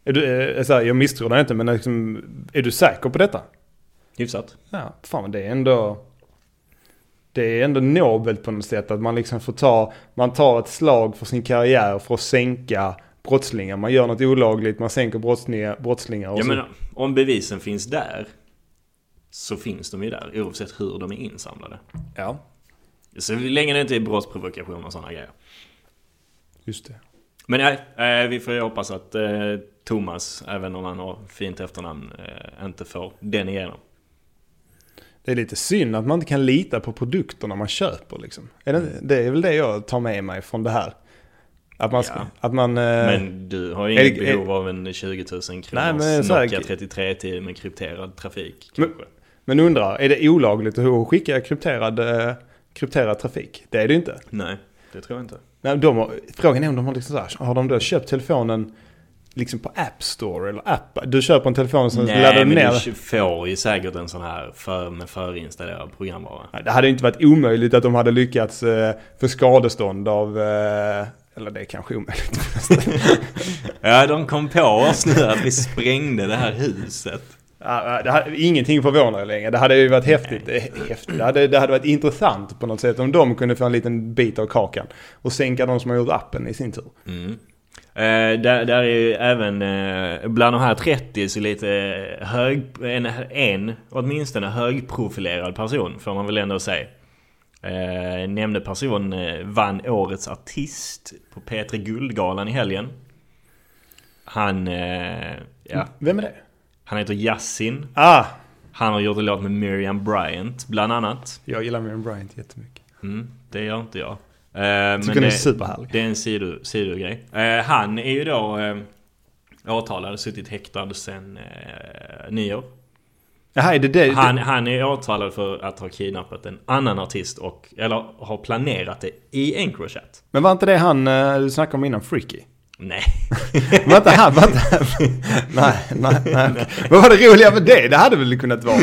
Är du, äh, så här, jag misstror dig inte, men liksom, är du säker på detta? Hyfsat. Ja, fan, men det är ändå... Det är ändå nobelt på något sätt att man liksom får ta... Man tar ett slag för sin karriär för att sänka brottslingar. Man gör något olagligt, man sänker brottslingar. brottslingar och ja, så. men om bevisen finns där så finns de ju där, oavsett hur de är insamlade. Ja. Så länge det inte är brottsprovokation och sådana grejer. Just det. Men nej, äh, vi får ju hoppas att äh, Thomas, även om han har fint efternamn, äh, inte får den igenom. Det är lite synd att man inte kan lita på produkterna man köper liksom. Är det, det är väl det jag tar med mig från det här. Att man ska, ja. att man... Eh, men du har ju inget är, behov är, av en tjugo tusen kronors nej, men så här, Nokia trettiotre till med krypterad trafik. Men, men undrar, är det olagligt att skicka krypterad, eh, krypterad trafik? Det är det inte. Nej, det tror jag inte. Men de har, frågan är om de har liksom så här, har de då köpt telefonen liksom på App Store eller app? Du köper en telefon som nej, laddar men ner. du får ju säkert en sån här för, med förinstallerad programvara. Det hade inte varit omöjligt att de hade lyckats eh, för skadestånd av... Eh, eller det är kanske omöjligt. Ja, de kom på oss nu att vi sprängde det här huset. Ja, det hade, ingenting förvånar längre. Det hade ju varit häftigt. Det, häftigt. Det, hade, det hade varit intressant på något sätt om de kunde få en liten bit av kakan och sänka de som har gjort appen i sin tur. Mm. Eh, där, där är ju även eh, bland de här trettio så lite hög, en, en åtminstone högprofilerad person får man väl ändå säga. Eh, nämnde person eh, vann årets artist på P tre Guldgalan i helgen. Han eh, ja. Vem är det? Han heter Yasin. Ah, Han har gjort en låt med Miriam Bryant bland annat. jag gillar Miriam Bryant jättemycket. Mm, det gör inte jag. Eh, jag tycker men det är det, superhärlig. det är en sido, sidogrej. Eh, han är ju då eh, åtalad, suttit häktad sedan eh, nyår. Jaha, är det det? Han, han är åtalad för att ha kidnappat en annan artist och, eller har planerat det i Encrochat. Men var inte det han uh, du snackade om innan, Freaky? Nej. Var inte han? Var inte han? nej, nej, nej. Okay. Vad var det roliga med det? Det hade väl kunnat vara...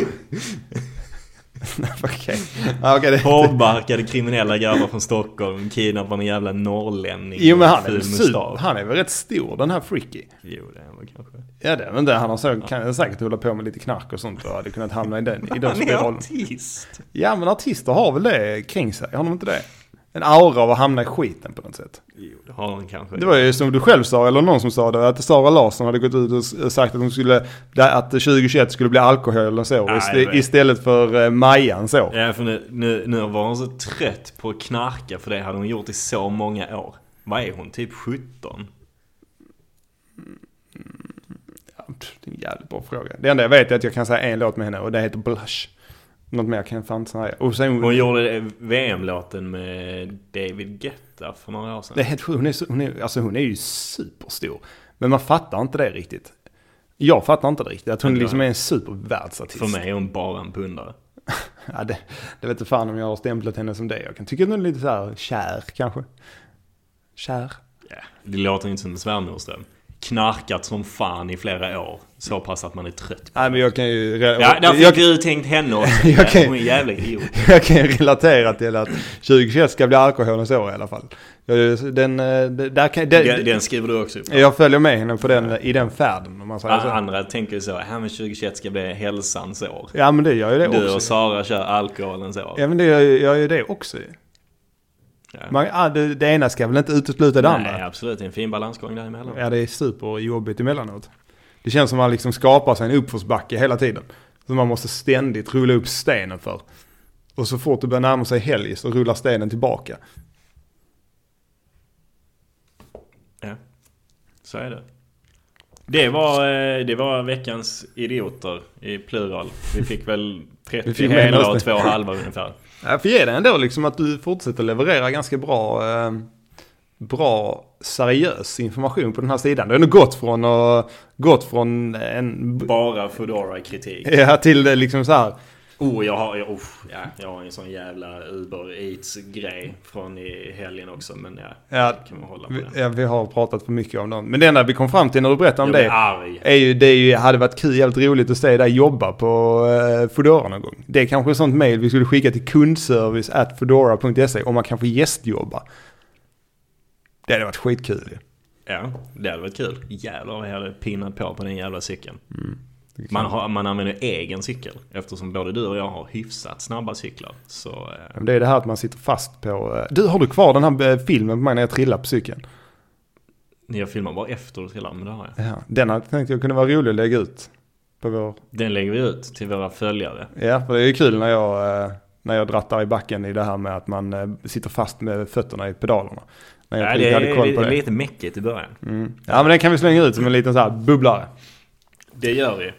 Okej. Okay. Okay, Hårdbarkade kriminella grabbar från Stockholm kidnappar en jävla norrlänning. Jo, men han är, super, han är väl rätt stor, den här Freaky. Jo, det är väl kanske. Ja, det men det han har så, kan säkert hålla på med lite knark och sånt och hade kunnat hamna i den i den han är artist. Ja, men artister har väl det kring sig, har de inte det? En aura av att hamna i skiten på något sätt. Jo, det har de kanske. Det var ju som du själv sa, eller någon som sa det, att Sara Larsson hade gått ut och sagt att hon skulle, att tjugo tjugoett skulle bli alkohol eller så, ja, ist- istället för Majan så. Ja, för nu, nu, nu var hon så trött på att knarka, för det hade hon gjort i så många år. Vad är hon? Typ sjutton? Ja, det är en jävligt bra fråga. Det enda jag vet är att jag kan säga en låt med henne och det heter Blush. Något mer kan jag fan säga. Och sen, hon gjorde V M-låten med David Guetta för några år sedan. Det är helt sjukt. Hon är, hon, är, alltså hon är ju superstor. Men man fattar inte det riktigt. Jag fattar inte det riktigt. Att hon liksom är en supervärldsartist. För mig är hon bara en pundare. ja, det, det vet inte fan om jag har stämplat henne som det. Jag kan tycka att hon är lite så här kär kanske. Kär. Ja, det låter inte som en svärmorsdröm. Knarkat som fan i flera år. Så pass att man är trött på. Nej, men jag kan ju... Ja, där fick jag, du tänkt henne också. jag kan, hon är jävla idiot. Jag kan ju relatera till att tjugo tjugoett ska bli alkoholens år i alla fall. Den, där kan, den, den, den skriver du också upp. Jag följer med henne på den, i den färden. Om man säger så. Andra tänker så här, men tjugo tjugoett ska bli hälsans år. Ja, men det gör ju det du också. Du och Sara kör alkoholens år. Ja, men det gör, gör ju det också. Ja. Man, ah, det, det ena ska väl inte utesluta det andra? Nej, absolut. Det är en fin balansgång däremellan. Ja, det är superjobbigt emellanåt. Det känns som att man liksom skapar sig en uppförsbacke hela tiden. Så man måste ständigt rulla upp stenen för. Och så fort det börjar närma sig helg så rullar stenen tillbaka. Ja, så är det. Det var, det var veckans idioter i plural. Vi fick väl trettio fick hela och två halva ungefär. Jag får ge det ändå liksom att du fortsätter leverera ganska bra, eh, bra seriös information på den här sidan. Det har ändå gått från, och, gått från en... Bara Foodora-kritik. Ja, till det liksom så här... Oh, jag har, oh, ja, jag har en sån jävla Uber Eats-grej från i helgen också, men ja, ja, kan man hålla på vi, det. Ja, vi har pratat för mycket om dem. Men det enda vi kom fram till när du berättade om jag det arg. är ju, det är ju, hade varit kul, jävligt roligt att se dig jobba på uh, Foodora någon gång. Det är kanske ett sånt mejl vi skulle skicka till kundservice at foodora punkt se om man kan få gästjobba. Det hade varit skitkul ju. Ja, det hade varit kul. Jävlar vad jag hade pinnat på på den jävla cykeln. Mm. Man, har, man använder egen cykel. Eftersom både du och jag har hyfsat snabba cyklar. Så, eh. Det är det här att man sitter fast på... Du, har du kvar den här filmen på mig när jag trillar på cykeln? Jag filmar bara efter du trillar, men det har jag. Ja, den hade tänkt jag kunde vara rolig att lägga ut. På vår... Den lägger vi ut till våra följare. Ja, för det är ju kul när jag, när jag drattar i backen i det här med att man sitter fast med fötterna i pedalerna. När jag ja, det hade koll är, på det är det. lite mäckigt i början. Mm. Ja, men den kan vi slänga ut som en liten så här bubblare. Det gör vi.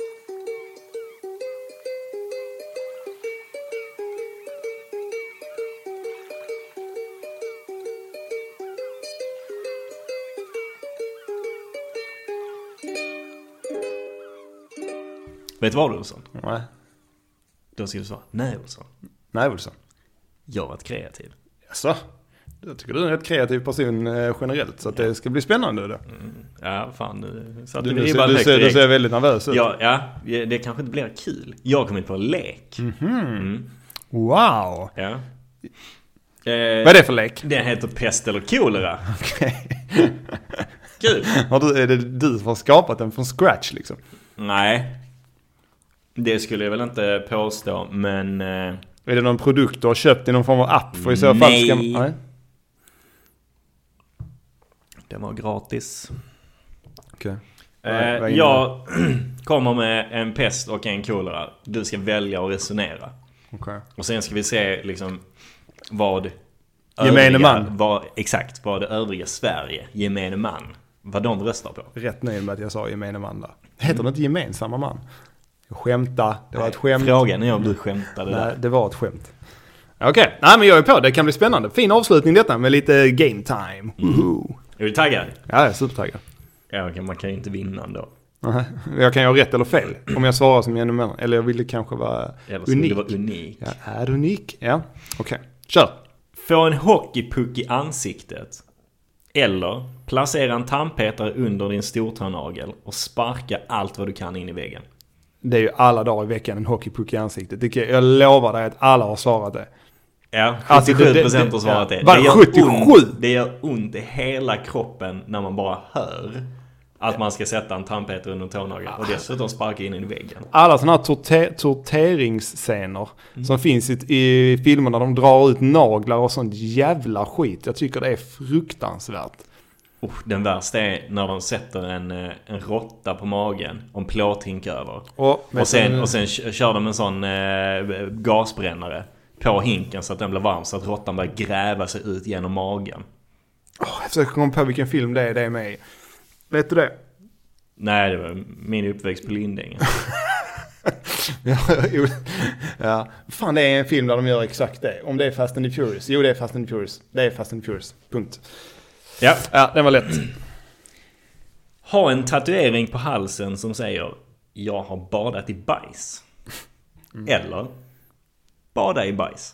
Vet du vad, Olsson? Nej. Då ska du svara, nej Olsson. Nej, Olsson. Jag har varit kreativ. Jaså? Jag tycker du är en rätt kreativ person eh, generellt, så att det ska bli spännande det. Mm. Ja, fan. Du, så du, du, du, du, du, ser, du ser väldigt nervös ut. Ja, ja, det kanske inte blir kul. Jag har kommit på en lek. Mm-hmm. Mm. Wow! Ja. Eh, Vad är det för lek? Den heter pest eller kolera. Okej. Kul. Har du, är det du som har skapat den från scratch liksom? Nej. Det skulle jag väl inte påstå, men... Eh, är det någon produkt du har köpt i någon form av app? För i så fall ska man, nej. Den var gratis. Okej. Okay. Eh, jag kommer med en pest och en kolera. Du ska välja och resonera. Okay. Och sen ska vi se liksom vad... Gemene övriga, man. Vad, exakt, vad det övriga Sverige, gemene man, vad de röstar på. Rätt nöjd med att jag sa gemene man där. Heter mm. det inte gemensamma man? Jag skämta, det var ett skämt. Frågan är om du skämtade Nej, där. det var ett skämt. Okej, okay. Nej men jag är på, det kan bli spännande. Fin avslutning detta med lite game time. Mm. Är du taggad? Ja, jag är supertaggad. Ja, man kan ju inte vinna då. Jag kan ju ha rätt eller fel om jag svarar som gemene man. Eller jag ville kanske vara eller unik. Vara unik. Jag är unik, ja. Okej, okay. Kör. Få en hockeypuck i ansiktet. Eller placera en tandpetare under din stortånagel och sparka allt vad du kan in i väggen. Det är ju alla dagar i veckan en hockeypuck i ansiktet. Det kan, jag lovar dig att alla har svarat det. Ja, sjuttiosju procent alltså, har svarat det. det. Var Det gör, sjuttiosju? ont, det gör ont i hela kroppen när man bara hör att man ska sätta en tandpetare under tånageln och dessutom sparka in i väggen. Alla sådana här torte- torteringsscener mm. som finns i, i filmer när de drar ut naglar och sånt jävla skit. Jag tycker det är fruktansvärt. Oh, den värsta är när de sätter en, en råtta på magen och en plåthink över. Och, och, sen, och sen kör de en sån eh, gasbrännare på hinken så att den blir varm så att råttan börjar gräva sig ut genom magen. Oh, jag försöker komma på vilken film det är det är med i. Vet du det? Nej, det var min uppväxt på Lindängen. ja, ja, fan det är en film där de gör exakt det. Om det är Fast and the Furious. Jo, det är Fast and the Furious. Det är Fast and the Furious. Punkt. Ja, ja den var lätt. Ha en tatuering på halsen som säger jag har badat i bajs. Mm. Eller bada i bajs.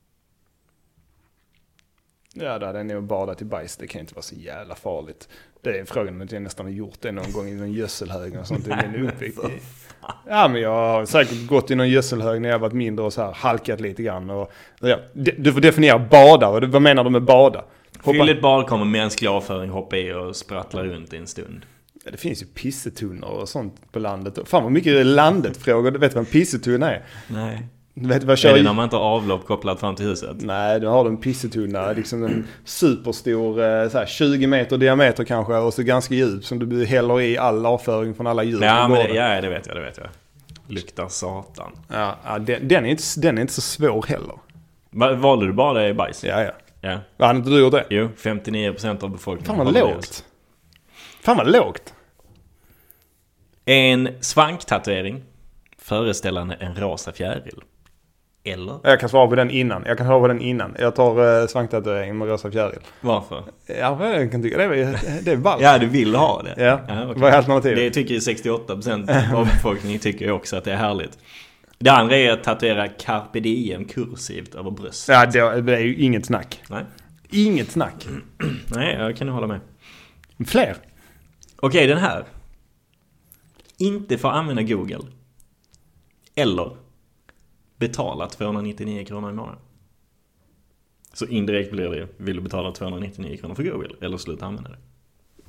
Ja, det är nog badat i bajs. Det kan inte vara så jävla farligt. Det är frågan om jag nästan har gjort det någon gång i någon gödselhög och sånt. Nej, ja, men jag har säkert gått i någon gödselhög när jag varit mindre och så här halkat lite grann. Och, ja, du får definiera bada. Och vad menar du med bada? Fyll ett bad kommer mänsklig avföring hoppa i och sprattla runt i en stund. Ja, det finns ju pissetunnor och sånt på landet. Fan vad mycket landet frågar. Du vet vad en pissetunna är? Nej. Vet vad är det när man inte har avlopp kopplat fram till huset? Nej, då har du en pissetunna. Liksom en superstor, så här, tjugo meter diameter kanske. Och så ganska djup som du häller i all avföring från alla djur. Ja, men det, ja, det vet jag, det vet jag. Luktar satan. Ja, ja den, den, är inte, den är inte så svår heller. Va, valde du bara det i bajs? Ja, ja. Ja. Vad hade inte du gjort det? Jo, femtionio procent av befolkningen. Fan vad lågt. Fan vad lågt. En svanktatuering föreställande en rosa fjäril. Eller? Jag kan svara på den innan. Jag kan svara på den innan. Jag tar uh, svanktatueringen med rosa fjäril. Varför? Ja, jag kan tycka det är, det är ballt. Ja, du vill ha det. Ja, ja okay. Vad är alternativet? Det tycker sextioåtta procent av befolkningen tycker ju också att det är härligt. Det andra är att tatuera carpe diem kursivt över bröstet. Ja, det, det är ju inget snack. Nej. Inget snack. Nej, jag kan hålla med. Fler? Okej, den här. Inte få använda Google. Eller betala tvåhundranittionio kronor i månaden. Så indirekt blir det, vill du betala tvåhundranittionio kronor för Google eller sluta använda det?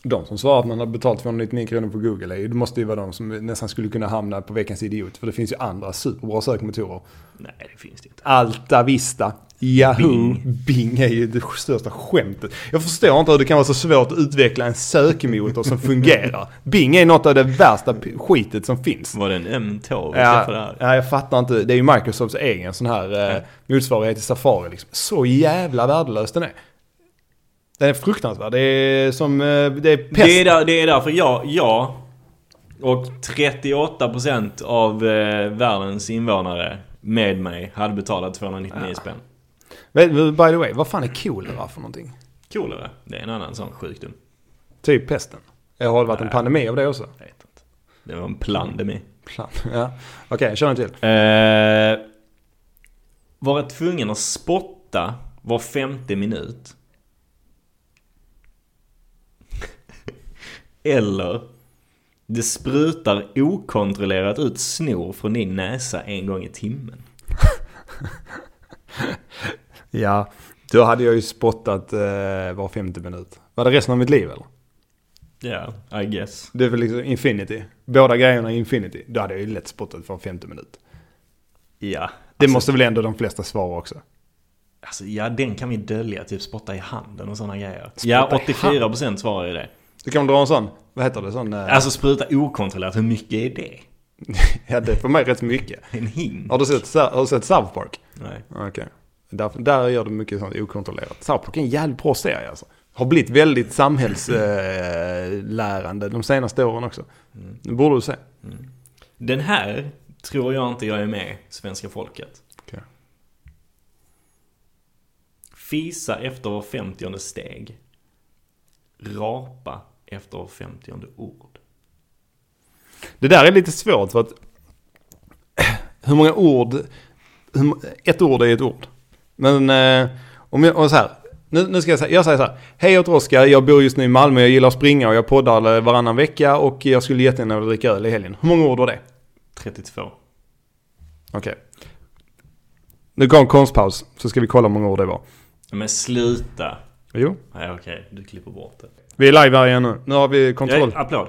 De som svarar att man har betalt tvåhundranittionio kronor på Google, är, det måste ju vara de som nästan skulle kunna hamna på veckans idiot. För det finns ju andra superbra sökmotorer. Nej, det finns det inte. Alta Vista, Yahoo, Bing. Bing är ju det största skämtet. Jag förstår inte hur det kan vara så svårt att utveckla en sökmotor som fungerar. Bing är något av det värsta p- skitet som finns. Var det en öm tå vi ja, för det här? Ja, jag fattar inte. Det är ju Microsofts egen sån här ja. eh, motsvarighet till Safari. Liksom. Så jävla värdelös den är. Den är fruktansvärd. Det är som... Det är pest. Det är, där, det är därför jag, jag och trettioåtta procent av eh, världens invånare med mig hade betalat tvåhundranittionio ja. spänn. By the way, vad fan är kolera för någonting? Kolera? Det är en annan sån sjukdom. Typ pesten. Jag har det varit Nej. en pandemi av det också? Jag vet inte. Det var en plandemi. Plan, ja. Okej, okay, kör en till. Eh, vara tvungen att spotta var femte minut. Eller det sprutar okontrollerat ut snor från din näsa en gång i timmen. Ja, då hade jag ju spottat eh, var femte minut. Var det resten av mitt liv eller? Ja, yeah, I guess. Det är väl liksom infinity. Båda grejerna är infinity. Då hade jag ju lätt spottat var femte minut. Ja. Alltså, det måste väl ändå de flesta svara också. Alltså, ja, den kan vi dölja. Typ spotta i handen och sådana grejer. Spotta ja, åttiofyra procent svarar ju det. Du kan dra en sån, vad heter det? Sån, eh... Alltså spruta okontrollerat, hur mycket är det? Ja, det är för mig rätt mycket. En hink. Har du sett, har du sett South Park? Nej. Okej. Okay. Där, där gör du mycket sånt okontrollerat. South Park är en jävligt bra serie alltså. Har blivit väldigt samhällslärande eh, de senaste åren också. Mm. Det borde du se. Mm. Den här tror jag inte jag är med svenska folket. Okay. Fisa efter var femtionde steg. Rapa efter var femtionde ord. Det där är lite svårt för att hur många ord hur, ett ord är ett ord. Men eh, om jag och så här nu, nu ska jag säga jag säger så här. Hej, jag heter Oskar, jag bor just nu i Malmö, jag gillar att springa och jag poddar varannan vecka och jag skulle jättegärna vilja dricka öl i helgen. Hur många ord var det? trettiotvå. Okej. Okay. Nu går en konstpaus så ska vi kolla hur många ord det var. Men sluta. Jo. Nej, okej, okay. Du klipper bort det. Vi är live här igen nu. Nu har vi kontroll. Ja, applåd.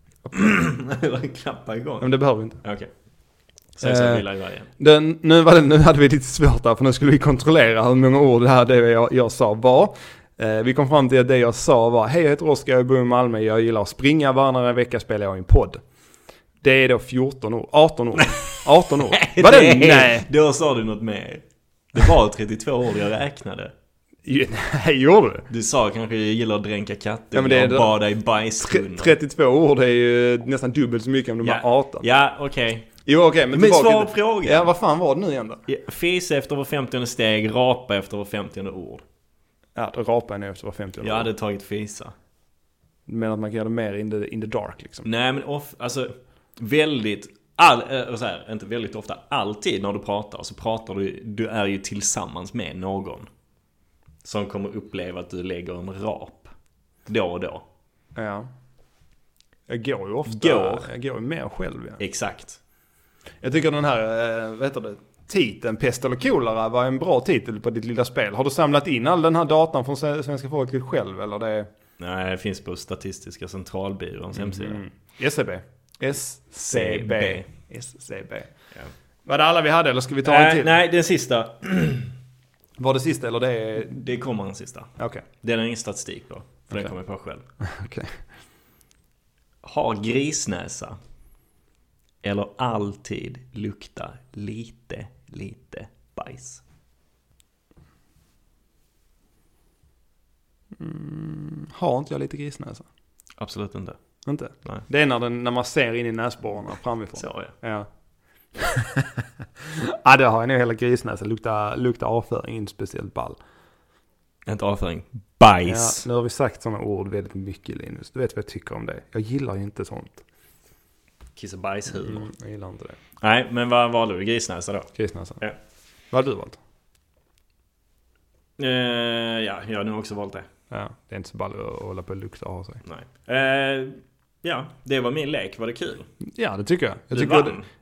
Klappa igång. Men det behöver vi inte. Okej. Okay. Så så eh, vi är live här igen. Den, nu, var det, nu hade vi lite svårt där för nu skulle vi kontrollera hur många ord det här det jag, jag sa var. Eh, vi kom fram till att det jag sa var: hej, jag heter Oskar, jag bor i Malmö, jag gillar att springa, varannan vecka spelar jag i en podd. Det är då fjorton ord. arton ord. arton ord. Nej, var det? Nej. Nej. Då sa du något mer. Det var trettiotvå ord jag räknade. Nej, gjorde du? Du sa kanske jag gillar att dränka katter ja, men det är och bada i bajstunnan. trettiotvå ord är ju nästan dubbelt så mycket om de ja. här arton. Ja, okej. Okay. Jo, okej. Okay, men men svar på frågan. Ja, vad fan var det nu igen då? Ja, fisa efter var femtionde steg, rapa efter var femtionde ord. Ja, då rapar jag nu efter var femtionde jag ord. Jag hade tagit fisa. Men att man kan göra det mer in the, in the dark liksom. Nej, men off, alltså väldigt all, äh, så här, inte väldigt ofta, alltid när du pratar så pratar du, du är ju tillsammans med någon som kommer uppleva att du lägger en rap då och då. Ja. Jag går ju ofta. Går. Jag går ju mer själv. Ja. Exakt. Jag tycker den här, äh, vad heter det? Titeln Pest eller kolera var en bra titel på ditt lilla spel. Har du samlat in all den här datan från svenska folket själv eller det? Nej, det finns på Statistiska centralbyråns mm. hemsida. S C B. S C B. S C B. Ja. Var det alla vi hade eller ska vi ta nej, en till? Nej, den sista. Var det sista eller det är... Det kommer en sista. Okej. Okay. Den är ingen statistik på. För okay. den kommer jag på själv. Okej. Okay. Ha grisnäsa. Eller alltid lukta lite, lite bajs. Mm, har inte jag lite grisnäsa? Absolut inte. Inte? Nej. Det är när, den, när man ser in i näsborrarna framifrån. Så ja. Ja. Ja, det har jag nog hela grisnäsa. Luktar, luktar avföring, inte speciellt ball. Inte avföring. Bajs. Ja, nu har vi sagt sådana ord väldigt mycket, Linus. Du vet vad jag tycker om det. Jag gillar ju inte sånt. Kiss och bajshumor. Mm, jag gillar inte det. Nej, men vad valde du? Grisnäsa då? Grisnäsa. Ja. Vad har du valt? Uh, ja, jag har nog också valt det. Ja, det är inte så ball att hålla på och lukta av sig. Nej. Uh, ja, det var min lek. Var det kul? Ja, det tycker jag. jag du tycker vann. Det,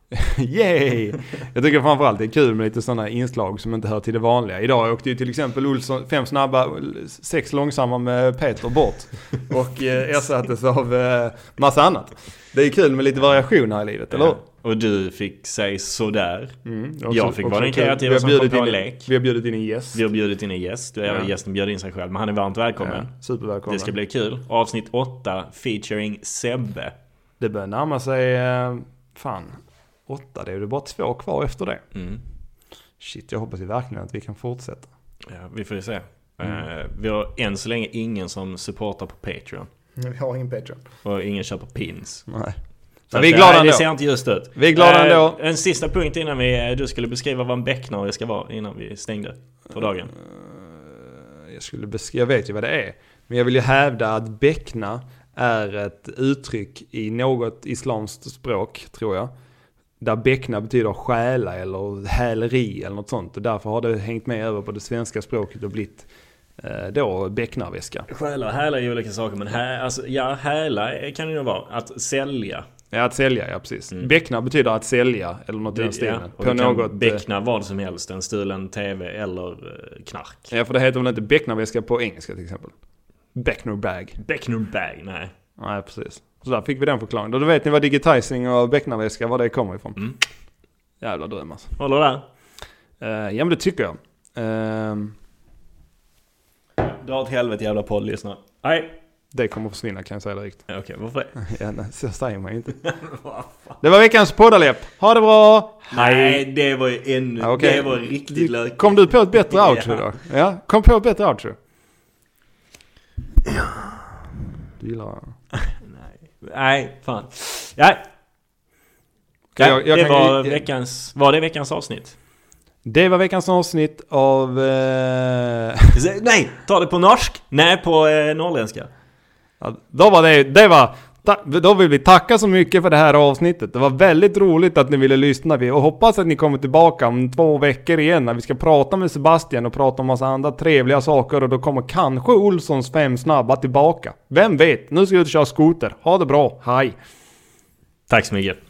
Yay! Jag tycker framförallt det är kul med lite sådana inslag som inte hör till det vanliga. Idag åkte ju till exempel Olsson, fem snabba, sex långsamma med Peter bort. Och eh, ersattes av eh, massa annat. Det är kul med lite variation här i livet, eller? Ja. Och du fick säga sådär. Mm, också, jag fick vara den kul. kreativa som kom på en lek. Vi har bjudit in en gäst. Vi har bjudit in en gäst. Du är ja. Gästen bjöd in sig själv. Men han är varmt välkommen. Ja, supervälkommen. Det ska bli kul. Avsnitt åtta featuring Sebbe. Det börjar närma sig... Eh, fan... Åtta, det är ju bara två kvar efter det. Mm. Shit, jag hoppas ju verkligen att vi kan fortsätta. Ja, vi får ju se. Mm. Uh, vi har än så länge ingen som supportar på Patreon. Vi har ingen Patreon. Och ingen köper pins. Nej. Så men vi är glada ändå. Det ser inte just ut. Vi är glada uh, ändå. En sista punkt innan vi, du skulle beskriva vad en becknare ska vara innan vi stängde för dagen. Uh, jag skulle beskriva, jag vet ju vad det är. Men jag vill ju hävda att beckna är ett uttryck i något islamskt språk, tror jag. Där beckna betyder stjäla eller häleri eller något sånt. Och därför har det hängt med över på det svenska språket och blivit eh, då becknarväska. Stjäla och häla är ju olika saker. Men här, alltså, ja, häla kan det ju vara. Att sälja. Ja, att sälja, ja precis. Mm. Beckna betyder att sälja eller något i den stilen. Ja, på något, beckna vad som helst. En stulen tv eller eh, knark. Ja, för det heter väl inte becknarväska på engelska till exempel. Becknar bag. Becknar bag, nej. Nej, precis. Så där fick vi den förklaringen. Då vet ni vad digitizing och becknarväska, var det kommer ifrån. Mm. Jävla dröm alltså. Håller du där? Uh, ja, men det tycker jag. Uh, du har ett helvete jävla poddlyssnare. Nej. Det kommer att försvinna, kan jag säga direkt. Okej, okay, varför det? Ja, nej, så säger man inte. Det var veckans poddaläpp. Ha det bra! Nej, det var ju ännu... Ja, okay. Det var riktigt lökigt. Kom du på ett bättre outro då? Ja, kom på ett bättre outro. Ja. Du gillar... Nej, nej, fan. Ja. Ja, jag, jag det kan, var jag, veckans... Var det veckans avsnitt? Det var veckans avsnitt av... Eh... Nej, ta det på norsk. Nej, på eh, norrländska. Ja, då var det... Det var... Då vill vi tacka så mycket för det här avsnittet. Det var väldigt roligt att ni ville lyssna. Vi och hoppas att ni kommer tillbaka om två veckor igen när vi ska prata med Sebastian och prata om massa andra trevliga saker. Och då kommer kanske Olssons fem snabba tillbaka. Vem vet? Nu ska vi ut och köra skoter. Ha det bra. Hej! Tack så mycket.